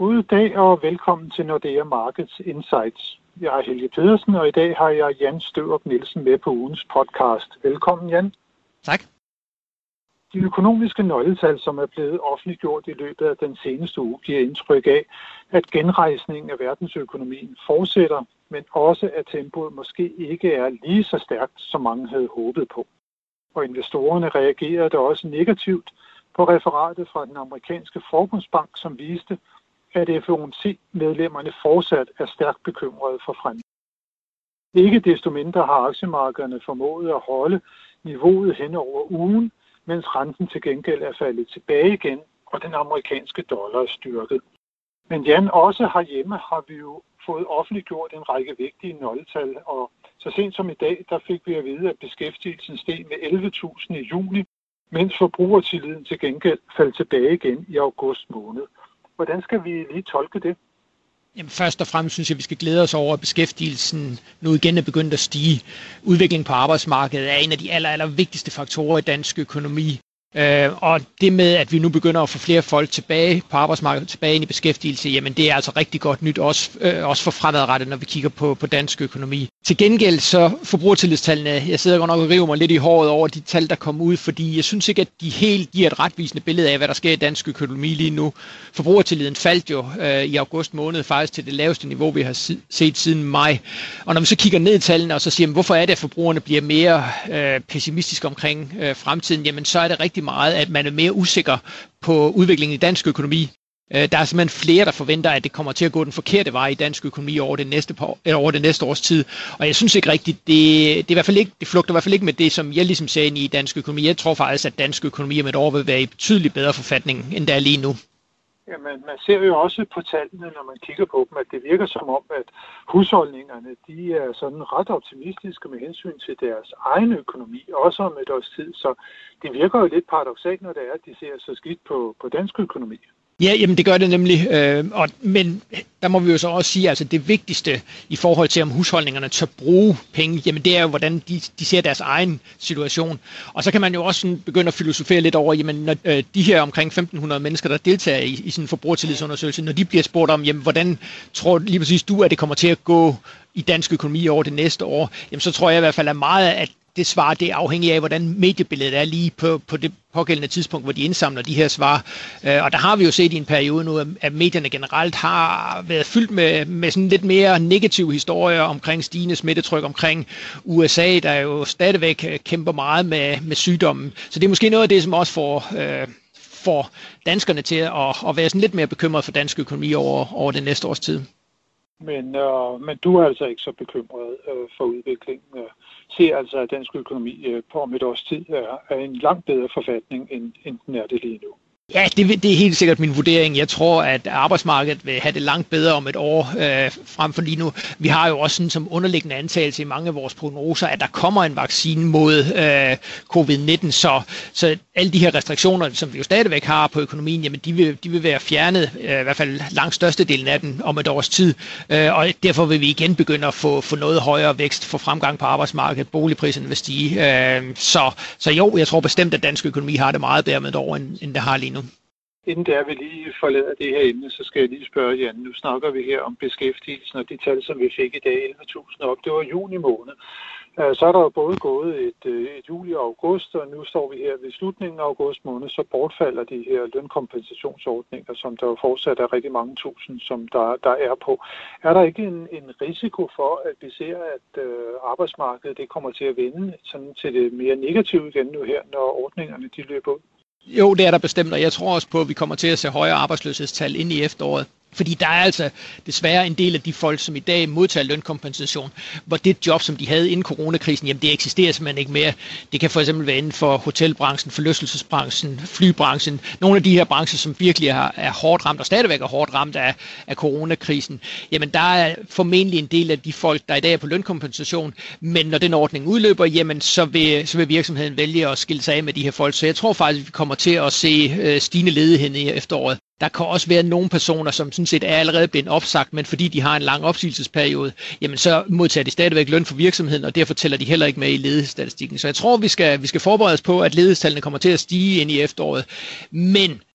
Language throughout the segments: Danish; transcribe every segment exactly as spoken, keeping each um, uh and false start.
God dag og velkommen til Nordea Markets Insights. Jeg er Helge Pedersen, og i dag har jeg Jan Størup Nielsen med på ugens podcast. Velkommen, Jan. Tak. De økonomiske nøgletal, som er blevet offentliggjort i løbet af den seneste uge, giver indtryk af, at genrejsningen af verdensøkonomien fortsætter, men også at tempoet måske ikke er lige så stærkt, som mange havde håbet på. Og investorerne reagerede også negativt på referatet fra den amerikanske forbundsbank, som viste, at F O M C-medlemmerne fortsat er stærkt bekymrede for fremtiden. Ikke desto mindre har aktiemarkederne formået at holde niveauet hen over ugen, mens renten til gengæld er faldet tilbage igen, og den amerikanske dollar er styrket. Men Jan, også herhjemme har vi jo fået offentliggjort en række vigtige nøgletal, og så sent som i dag, der fik vi at vide, at beskæftigelsen steg med elleve tusind i juni, mens forbrugertilliden til gengæld faldt tilbage igen i august måned. Hvordan skal vi lige tolke det? Jamen, først og fremmest synes jeg, at vi skal glæde os over, at beskæftigelsen nu igen er begyndt at stige. Udviklingen på arbejdsmarkedet er en af de aller, aller vigtigste faktorer i dansk økonomi. Øh, og det med, at vi nu begynder at få flere folk tilbage på arbejdsmarkedet, tilbage ind i beskæftigelse, jamen det er altså rigtig godt nyt, også, øh, også for fremadrettet, når vi kigger på, på dansk økonomi. Til gengæld så forbrugertillidstallene, jeg sidder godt nok og river mig lidt i håret over de tal, der kom ud, fordi jeg synes ikke, at de helt giver et retvisende billede af, hvad der sker i dansk økonomi lige nu. Forbrugertilliden faldt jo øh, i august måned faktisk til det laveste niveau, vi har set siden maj. Og når vi så kigger ned i tallene og så siger, hvorfor er det, at forbrugerne bliver mere øh, pessimistiske omkring øh, fremtiden, jamen så er det rigtig meget, at man er mere usikker på udviklingen i dansk økonomi. Der er simpelthen flere, der forventer, at det kommer til at gå den forkerte vej i dansk økonomi over det næste, par, eller over det næste års tid. Og jeg synes ikke rigtigt, det, det, er i hvert fald ikke, det flugter i hvert fald ikke med det, som jeg ligesom ser ind i dansk økonomi. Jeg tror faktisk, at dansk økonomi om et år vil være i betydeligt bedre forfatning, end der er lige nu. Jamen, man ser jo også på tallene, når man kigger på dem, at det virker som om, at husholdningerne de er sådan ret optimistiske med hensyn til deres egen økonomi, også om et års tid. Så det virker jo lidt paradoksalt, når det er, at de ser så skidt på, på dansk økonomi. Ja, jamen det gør det nemlig, øh, og, men der må vi jo så også sige, altså det vigtigste i forhold til, om husholdningerne tør bruge penge, jamen det er jo, hvordan de, de ser deres egen situation. Og så kan man jo også sådan begynde at filosofere lidt over, jamen når øh, de her omkring femten hundrede mennesker, der deltager i, i sådan en forbrugertillidsundersøgelse, når de bliver spurgt om, jamen hvordan tror lige præcis du, at det kommer til at gå i dansk økonomi over det næste år, jamen så tror jeg i hvert fald, at meget at det svar, det er afhængigt af, hvordan mediebilledet er lige på, på det pågældende tidspunkt, hvor de indsamler de her svar. Øh, og der har vi jo set i en periode nu, at medierne generelt har været fyldt med, med sådan lidt mere negative historier omkring stigende smittetryk, omkring U S A, der jo stadigvæk kæmper meget med, med sygdommen. Så det er måske noget af det, som også får, øh, får danskerne til at, at være sådan lidt mere bekymret for dansk økonomi over, over det næste års tid. Men, øh, men du er altså ikke så bekymret øh, for udviklingen. Ser altså, at dansk økonomi øh, på om et års tid er, er en langt bedre forfatning, end, end den er det lige nu. Ja, det, det er helt sikkert min vurdering. Jeg tror, at arbejdsmarkedet vil have det langt bedre om et år øh, frem for lige nu. Vi har jo også sådan som underliggende antagelse i mange af vores prognoser, at der kommer en vaccine mod øh, covid nitten, så, så alle de her restriktioner, som vi jo stadigvæk har på økonomien, jamen de vil, de vil være fjernet, øh, i hvert fald langt størstedelen af den om et års tid. Øh, og derfor vil vi igen begynde at få, få noget højere vækst, få fremgang på arbejdsmarkedet, boligpriserne vil stige. Øh, så, så jo, jeg tror bestemt, at dansk økonomi har det meget bedre med et år, end, end det har lige nu. Inden der vi lige forlader det her emne, så skal jeg lige spørge Jan. Nu snakker vi her om beskæftigelsen, og de tal, som vi fik i dag, elleve tusind op, det var juni måned. Så er der jo både gået et, et juli og august, og nu står vi her ved slutningen af august måned, så bortfalder de her lønkompensationsordninger, som der jo fortsat er rigtig mange tusind, som der, der er på. Er der ikke en, en risiko for, at vi ser, at øh, arbejdsmarkedet det kommer til at vende sådan til det mere negative igen nu her, når ordningerne de løber ud? Jo, det er der bestemt, og jeg tror også på, at vi kommer til at se højere arbejdsløshedstal ind i efteråret. Fordi der er altså desværre en del af de folk, som i dag modtager lønkompensation, hvor det job, som de havde inden coronakrisen, jamen det eksisterer simpelthen ikke mere. Det kan for eksempel være inden for hotelbranchen, forlystelsesbranchen, flybranchen, nogle af de her brancher, som virkelig er, er hårdt ramt og stadigvæk er hårdt ramt af, af coronakrisen. Jamen der er formentlig en del af de folk, der i dag er på lønkompensation, men når den ordning udløber, jamen så vil, så vil virksomheden vælge at skille sig af med de her folk. Så jeg tror faktisk, at vi kommer til at se øh, stigende ledighed i efteråret. Der kan også være nogle personer, som sådan set er allerede blevet opsagt, men fordi de har en lang opsigelsesperiode, jamen så modtager de stadigvæk løn for virksomheden, og derfor tæller de heller ikke med i ledighedsstatistikken. Så jeg tror, vi skal, vi skal forberede os på, at ledighedstallene kommer til at stige ind i efteråret. Men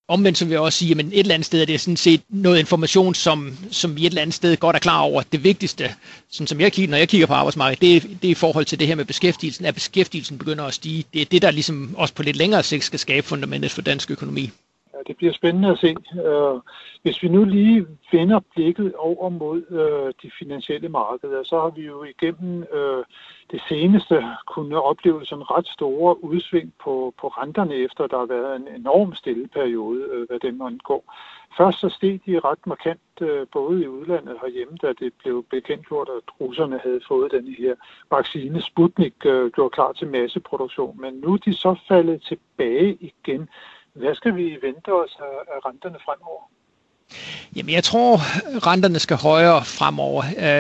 Omvendt så vil jeg også sige, at et eller andet sted er det sådan set noget information, som, som vi et eller andet sted godt er klar over. Det vigtigste, sådan som jeg kigger, når jeg kigger på arbejdsmarkedet, det er, det er i forhold til det her med beskæftigelsen, at beskæftigelsen begynder at stige. Det er det, der ligesom også på lidt længere sigt skal skabe fundamentet for dansk økonomi. Ja, det bliver spændende at se. Hvis vi nu lige vender blikket over mod de finansielle markeder, så har vi jo igennem det seneste kunne opleve sådan ret store udsving på, på renterne, efter der har været en enorm stille periode, hvad den angår. Først så steg de ret markant både i udlandet og herhjemme, da det blev bekendtgjort, at russerne havde fået den her vaccine Sputnik gjort klar til masseproduktion. Men nu er de så faldet tilbage igen. Hvad skal vi vente os af renterne fremover? Jamen, jeg tror, renterne skal højere fremover.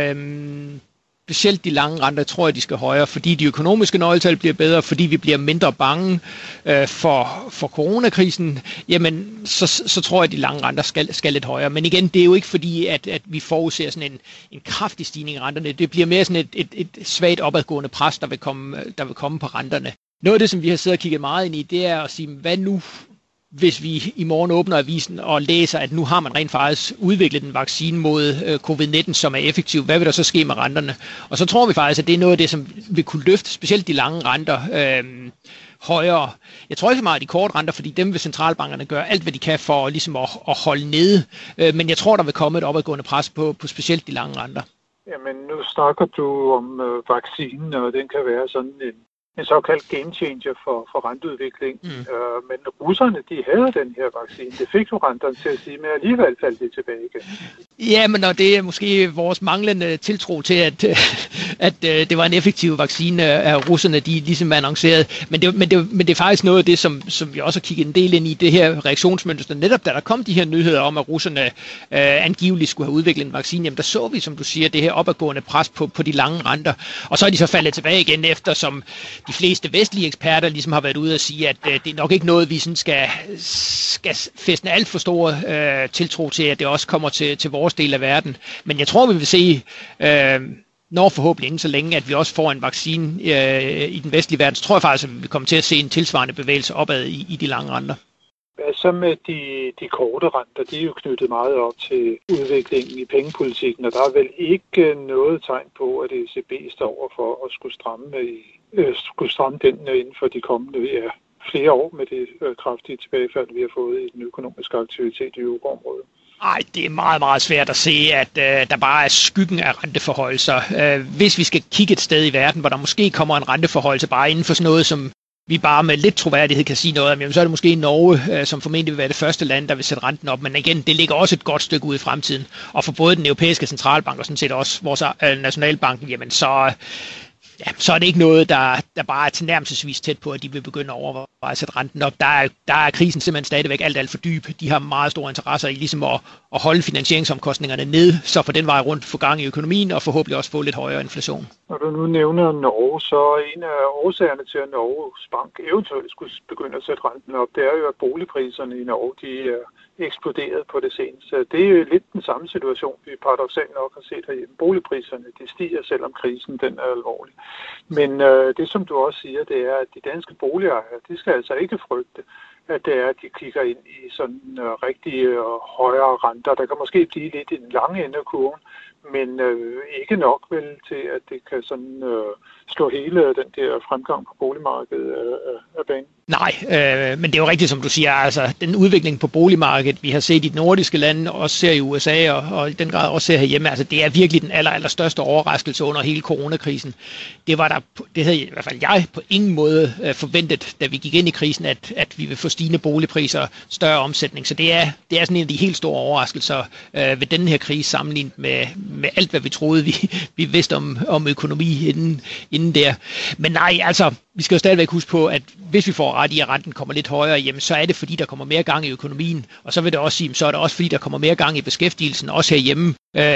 Øhm, specielt de lange renter, tror jeg, de skal højere, fordi de økonomiske nøgletal bliver bedre, fordi vi bliver mindre bange øh, for, for coronakrisen. Jamen, så, så tror jeg, at de lange renter skal, skal lidt højere. Men igen, det er jo ikke fordi, at, at vi forudser sådan en, en kraftig stigning i renterne. Det bliver mere sådan et, et, et svagt opadgående pres, der vil, komme, der vil komme på renterne. Noget af det, som vi har siddet og kigget meget ind i, det er at sige, hvad nu, hvis vi i morgen åbner avisen og læser, at nu har man rent faktisk udviklet en vaccine mod covid nitten, som er effektiv. Hvad vil der så ske med renterne? Og så tror vi faktisk, at det er noget af det, som vil kunne løfte specielt de lange renter øh, højere. Jeg tror ikke så meget af de korte renter, fordi dem vil centralbankerne gøre alt, hvad de kan for ligesom at, at holde nede. Øh, men jeg tror, der vil komme et opadgående pres på, på specielt de lange renter. Jamen, nu snakker du om øh, vaccinen, og den kan være sådan en en såkaldt game changer for, for renteudvikling. Mm. Øh, men russerne, de havde den her vaccine. Det fik jo renterne til at sige, men alligevel faldt det tilbage igen. Ja, men og det er måske vores manglende tiltro til, at, at, at det var en effektiv vaccine af russerne, de ligesom annoncerede. Men det, men, det, men det er faktisk noget af det, som, som vi også har kigget en del ind i, det her reaktionsmønster. Netop da der kom de her nyheder om, at russerne øh, angiveligt skulle have udviklet en vaccine, jamen der så vi, som du siger, det her opadgående pres på, på de lange renter. Og så er de så faldet tilbage igen, efter som de fleste vestlige eksperter ligesom har været ude og sige, at øh, det er nok ikke noget, vi sådan skal, skal fæstne alt for store øh, tiltro til, at det også kommer til, til vores del af verden. Men jeg tror, vi vil se, øh, når forhåbentlig inden så længe, at vi også får en vaccine øh, i den vestlige verden, så tror jeg faktisk, at vi vil komme til at se en tilsvarende bevægelse opad i, i de lange renter. Hvad så med de, de korte renter? De er jo knyttet meget op til udviklingen i pengepolitikken, og der er vel ikke noget tegn på, at E C B står over for at skulle stramme, i, øh, skulle stramme den inden for de kommende ja, flere år med det øh, kraftige tilbagefald, vi har fået i den økonomiske aktivitet i euroområdet. Ej, det er meget, meget svært at se, at øh, der bare er skyggen af renteforholdelser. Øh, hvis vi skal kigge et sted i verden, hvor der måske kommer en renteforholdelse bare inden for sådan noget, som vi bare med lidt troværdighed kan sige noget om, jamen, så er det måske Norge, øh, som formentlig vil være det første land, der vil sætte renten op. Men igen, det ligger også et godt stykke ud i fremtiden. Og for både den europæiske centralbank og sådan set også vores øh, nationalbanken, jamen så, ja, så er det ikke noget, der, der bare er tilnærmelsesvis tæt på, at de vil begynde at overveje at sætte renten op. Der er, der er krisen simpelthen stadigvæk alt, alt for dyb. De har meget store interesser i ligesom at, at holde finansieringsomkostningerne ned, så for den vej rundt få gang i økonomien og forhåbentlig også få lidt højere inflation. Når du nu nævner Norge, så en af årsagerne til, at Norges Bank eventuelt skulle begynde at sætte renten op, det er jo, at boligpriserne i Norge, de er eksploderet på det seneste. Det er jo lidt den samme situation, vi paradoksalt nok har set herhjemme. Boligpriserne, de stiger, selvom krisen den er alvorlig. Men øh, det, som du også siger, det er, at de danske boligejere, de skal altså ikke frygte, at det er, at de kigger ind i sådan øh, rigtig øh, højere renter. Der kan måske blive lidt i den lange ende af kurven, men øh, ikke nok vel til, at det kan sådan øh, slå hele den der fremgang på boligmarkedet af, af banen. Nej, øh, men det er jo rigtigt, som du siger, altså den udvikling på boligmarkedet, vi har set i de nordiske lande, også ser i U S A og, og i den grad også ser herhjemme, altså det er virkelig den aller, aller største overraskelse under hele coronakrisen. Det var der, det havde i hvert fald jeg på ingen måde øh, forventet, da vi gik ind i krisen, at, at vi vil få stigende boligpriser, større omsætning. Så det er, det er sådan en af de helt store overraskelser øh, ved denne her krise sammenlignet med, med alt, hvad vi troede, vi, vi vidste om, om økonomi inden, inden der. Men nej, altså vi skal jo stadigvæk huske på, at hvis vi får ret i, at renten kommer lidt højere, jamen, så er det, fordi der kommer mere gang i økonomien. Og så vil det også sige, så er det også, fordi der kommer mere gang i beskæftigelsen, også herhjemme.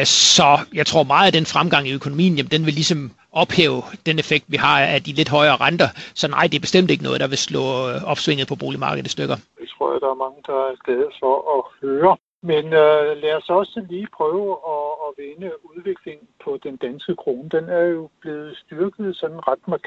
Så jeg tror meget, at den fremgang i økonomien, jamen, den vil ligesom ophæve den effekt, vi har af de lidt højere renter. Så nej, det er bestemt ikke noget, der vil slå opsvinget på boligmarkedet i stykker. Det tror jeg, der er mange, der er glade for at høre. Men øh, lad os også lige prøve at, at vende udviklingen på den danske krone. Den er jo blevet styrket sådan ret markant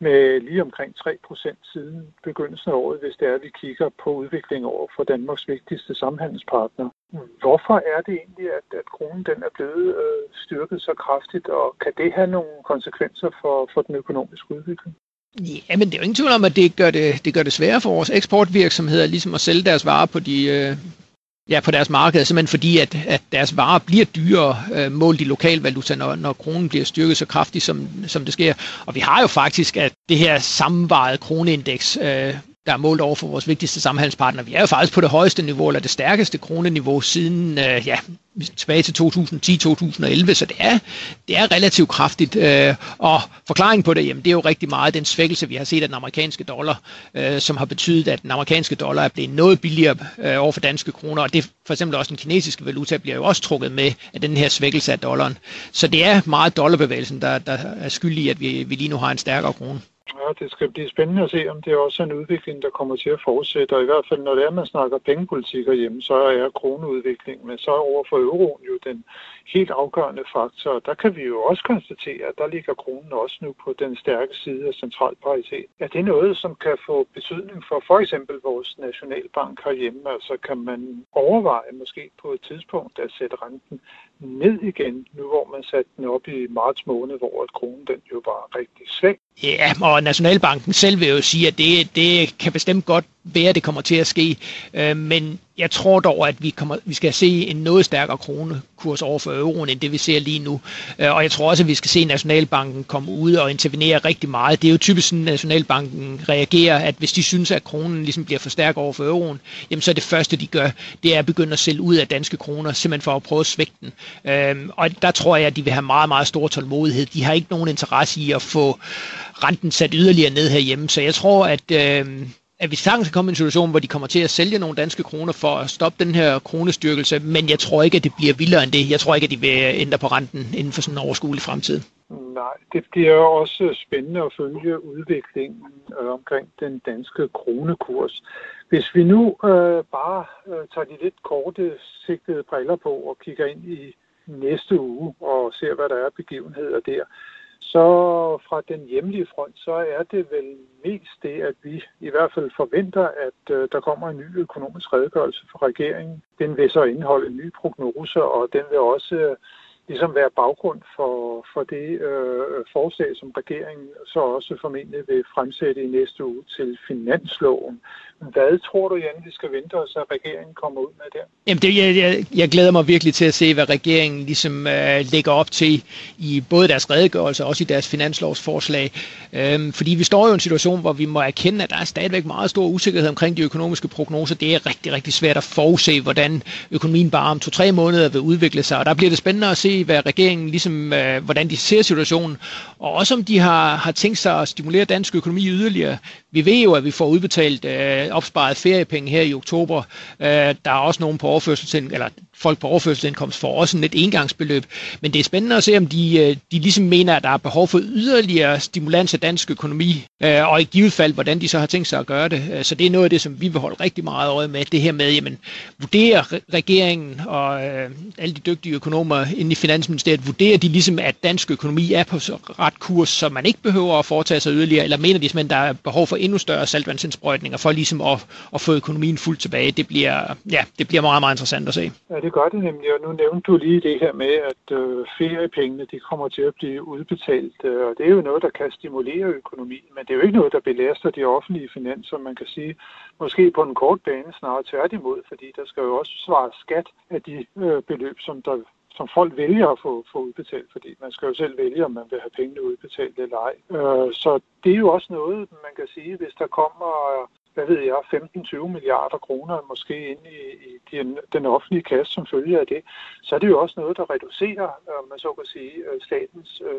med lige omkring tre procent siden begyndelsen af året, hvis det er, at vi kigger på udviklingen over for Danmarks vigtigste samhandelspartner. Hvorfor er det egentlig, at, at kronen den er blevet øh, styrket så kraftigt, og kan det have nogle konsekvenser for, for den økonomiske udvikling? Ja, men det er jo ingen tvivl om, at det gør det, det gør det sværere for vores eksportvirksomheder ligesom at sælge deres varer på de øh, ja, på deres marked, simpelthen fordi, at, at deres varer bliver dyrere øh, målt i lokalvaluta, når, når kronen bliver styrket så kraftigt, som, som det sker. Og vi har jo faktisk, at det her sammenvejede kroneindeks, øh, der er målt over for vores vigtigste samhandelspartner, vi er jo faktisk på det højeste niveau, eller det stærkeste kroneniveau siden, øh, ja, tilbage til to tusind og ti til to tusind og elleve, så det er, det er relativt kraftigt. Øh, og forklaringen på det, jamen, det er jo rigtig meget den svækkelse, vi har set af den amerikanske dollar, øh, som har betydet, at den amerikanske dollar er blevet noget billigere øh, over for danske kroner, og det for eksempel også den kinesiske valuta bliver jo også trukket med af den her svækkelse af dollaren. Så det er meget dollarbevægelsen, der, der er skyld i, at vi, vi lige nu har en stærkere krone. Ja, det skal blive spændende at se, om det er også en udvikling, der kommer til at fortsætte. Og i hvert fald, når det er, man snakker pengepolitik hjemme, så er kroneudviklingen, men så over for euroen jo den helt afgørende faktor. Der kan vi jo også konstatere, at der ligger kronen også nu på den stærke side af centralparitet. Er det noget, som kan få betydning for for eksempel vores nationalbank herhjemme? Altså kan man overveje måske på et tidspunkt at sætte renten ned igen, nu hvor man satte den op i marts måned, hvor at kronen den jo var rigtig svag? Ja, og Nationalbanken selv vil jo sige, at det, det kan bestemt godt være, at det kommer til at ske, øh, men jeg tror dog, at vi, kommer, vi skal se en noget stærkere kronekurs over for euroen, end det vi ser lige nu. Øh, og jeg tror også, at vi skal se Nationalbanken komme ud og intervenere rigtig meget. Det er jo typisk sådan, at Nationalbanken reagerer, at hvis de synes, at kronen ligesom bliver for stærk over for euroen, jamen så er det første, de gør, det er at begynde at sælge ud af danske kroner, simpelthen for at prøve at svække den. Øh, og der tror jeg, at de vil have meget, meget stor tålmodighed. De har ikke nogen interesse i at få renten sat yderligere ned herhjemme, så jeg tror, at øh, at vi sagtens kan komme i en situation, hvor de kommer til at sælge nogle danske kroner for at stoppe den her kronestyrkelse, men jeg tror ikke, at det bliver vildere end det. Jeg tror ikke, at de vil ændre på renten inden for sådan en overskuelig fremtid. Nej, det bliver også spændende at følge udviklingen øh, omkring den danske kronekurs. Hvis vi nu øh, bare øh, tager de lidt korte sigtede briller på og kigger ind i næste uge og ser, hvad der er begivenheder der, så fra den hjemlige front, så er det vel mest det, at vi i hvert fald forventer, at øh, der kommer en ny økonomisk redegørelse fra regeringen. Den vil så indeholde en ny prognose, og den vil også øh, ligesom være baggrund for, for det øh, forslag, som regeringen så også formentlig vil fremsætte i næste uge til finansloven. Hvad tror du, Jan, vi skal vente os, at regeringen kommer ud med der? Jamen det, jeg, jeg, jeg glæder mig virkelig til at se, hvad regeringen ligesom øh, lægger op til i både deres redegørelse og også i deres finanslovsforslag. Øhm, fordi vi står jo i en situation, hvor vi må erkende, at der er stadigvæk meget stor usikkerhed omkring de økonomiske prognoser. Det er rigtig, rigtig svært at forudse, hvordan økonomien bare om to-tre måneder vil udvikle sig. Og der bliver det spændende at se, hvad regeringen ligesom, øh, hvordan de ser situationen, og også om de har, har tænkt sig at stimulere dansk økonomi yderligere. Vi ved jo, at vi får udbetalt øh, opsparet feriepenge her i oktober. Øh, der er også nogen på overførselsindkomst, eller folk på overførselsindkomst får også et engangsbeløb. Men det er spændende at se, om de, de ligesom mener, at der er behov for yderligere stimulans af dansk økonomi, øh, og i givet fald, hvordan de så har tænkt sig at gøre det. Så det er noget af det, som vi vil holde rigtig meget øje med. Det her med, jamen, vurderer regeringen og øh, alle de dygtige økonomer inde i Finansministeriet, vurderer de ligesom, at dansk økonomi er på ret kurs, så man ikke behøver at foretage sig yderligere, eller mener de simpelthen, at der er behov for endnu større saltvandsindsprøjtninger for ligesom at, at få økonomien fuldt tilbage. Det bliver, ja, det bliver meget, meget interessant at se. Ja, det gør det nemlig, og nu nævnte du lige det her med, at øh, feriepengene de kommer til at blive udbetalt, øh, og det er jo noget, der kan stimulere økonomien, men det er jo ikke noget, der belaster de offentlige finanser, man kan sige, måske på en kort bane snarere tværtimod, fordi der skal jo også svare skat af de øh, beløb, som der som folk vælger at få, få udbetalt, fordi man skal jo selv vælge, om man vil have pengene udbetalt eller ej. Øh, så det er jo også noget, man kan sige, hvis der kommer, hvad ved jeg, femten til tyve milliarder kroner måske ind i, i den, den offentlige kasse som følge af det, så er det jo også noget, der reducerer, øh, man så kan sige, statens øh,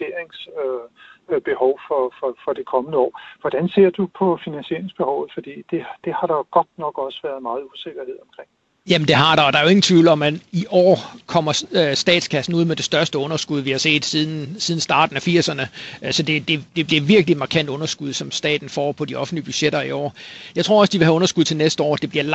finansieringsbehov øh, for, for, for det kommende år. Hvordan ser du på finansieringsbehovet? Fordi det, det har der godt nok også været meget usikkerhed omkring. Jamen det har der, og der er jo ingen tvivl om, at i år kommer øh, statskassen ud med det største underskud, vi har set siden, siden starten af firserne. Så det, det, det bliver virkelig markant underskud, som staten får på de offentlige budgetter i år. Jeg tror også, de vil have underskud til næste år. Det bliver langt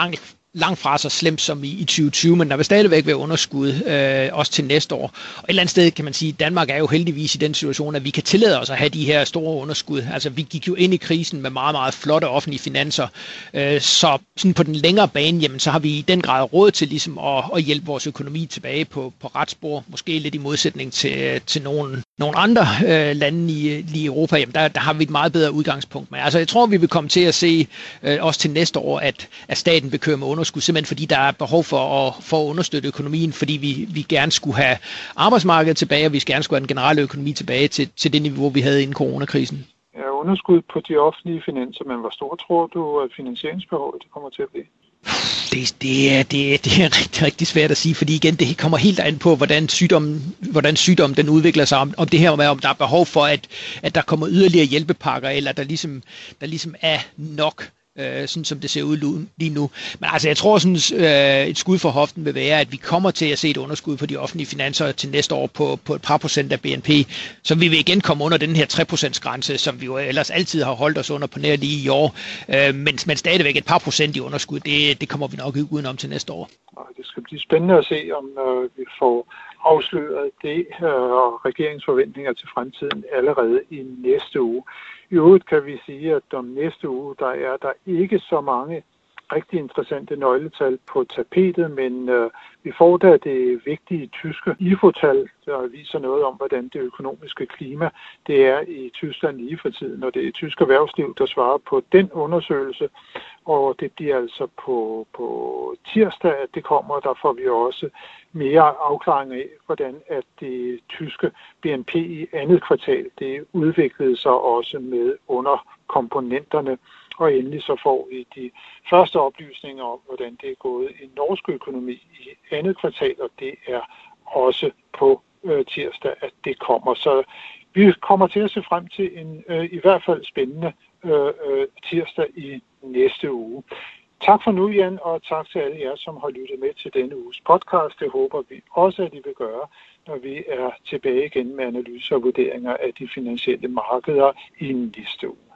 langt fra så slemt som i, i tyve tyve, men der vil stadigvæk være underskud, øh, også til næste år. Og et eller andet sted kan man sige, at Danmark er jo heldigvis i den situation, at vi kan tillade os at have de her store underskud. Altså vi gik jo ind i krisen med meget, meget flotte offentlige finanser, øh, så sådan på den længere bane, jamen, så har vi i den grad råd til ligesom at, at hjælpe vores økonomi tilbage på, på ret spor, måske lidt i modsætning til, til nogle, nogle andre øh, lande i, i Europa, jamen, der, der har vi et meget bedre udgangspunkt. Men altså jeg tror, vi vil komme til at se øh, også til næste år, at, at staten vil køre med underskud, simpelthen fordi der er behov for at, for at understøtte økonomien, fordi vi, vi gerne skulle have arbejdsmarkedet tilbage, og vi gerne skulle have den generelle økonomi tilbage til, til det niveau, vi havde inden coronakrisen. Ja, underskud på de offentlige finanser, men hvor stort tror du, at finansieringsbehovet det kommer til at blive? Det, det, er, det, er, det er rigtig, rigtig svært at sige, fordi igen, det kommer helt an på, hvordan sygdommen, hvordan sygdommen den udvikler sig, om, om det her med, om der er behov for, at, at der kommer yderligere hjælpepakker, eller der ligesom, der ligesom er nok, øh, sådan som det ser ud lige nu. Men altså, jeg tror sådan, øh, et skud for hoften vil være, at vi kommer til at se et underskud på de offentlige finanser til næste år på, på et par procent af B N P, så vi vil igen komme under den her tre procent grænse, som vi jo ellers altid har holdt os under på nær lige i år, øh, men, men stadigvæk et par procent i underskud, det, det kommer vi nok ikke udenom til næste år. Det skal blive spændende at se, om øh, vi får afsløret det øh, og regeringsforventninger til fremtiden allerede i næste uge. I øvrigt kan vi sige, at om næste uge, der er der ikke så mange rigtig interessante nøgletal på tapetet, men øh, vi får da det vigtige tyske I F O-tal, der viser noget om, hvordan det økonomiske klima det er i Tyskland lige for tiden, og det er tysk erhvervsliv, der svarer på den undersøgelse, og det bliver altså på, på tirsdag, at det kommer, der får vi også mere afklaring af, hvordan at det tyske B N P i andet kvartal, det udviklede sig også med underkomponenterne. Og endelig så får vi de første oplysninger om, hvordan det er gået i norsk økonomi i andet kvartal, og det er også på øh, tirsdag, at det kommer. Så vi kommer til at se frem til en øh, i hvert fald spændende øh, tirsdag i næste uge. Tak for nu, Jan, og tak til alle jer, som har lyttet med til denne uges podcast. Det håber vi også, at I vil gøre, når vi er tilbage igen med analyser og vurderinger af de finansielle markeder i næste uge.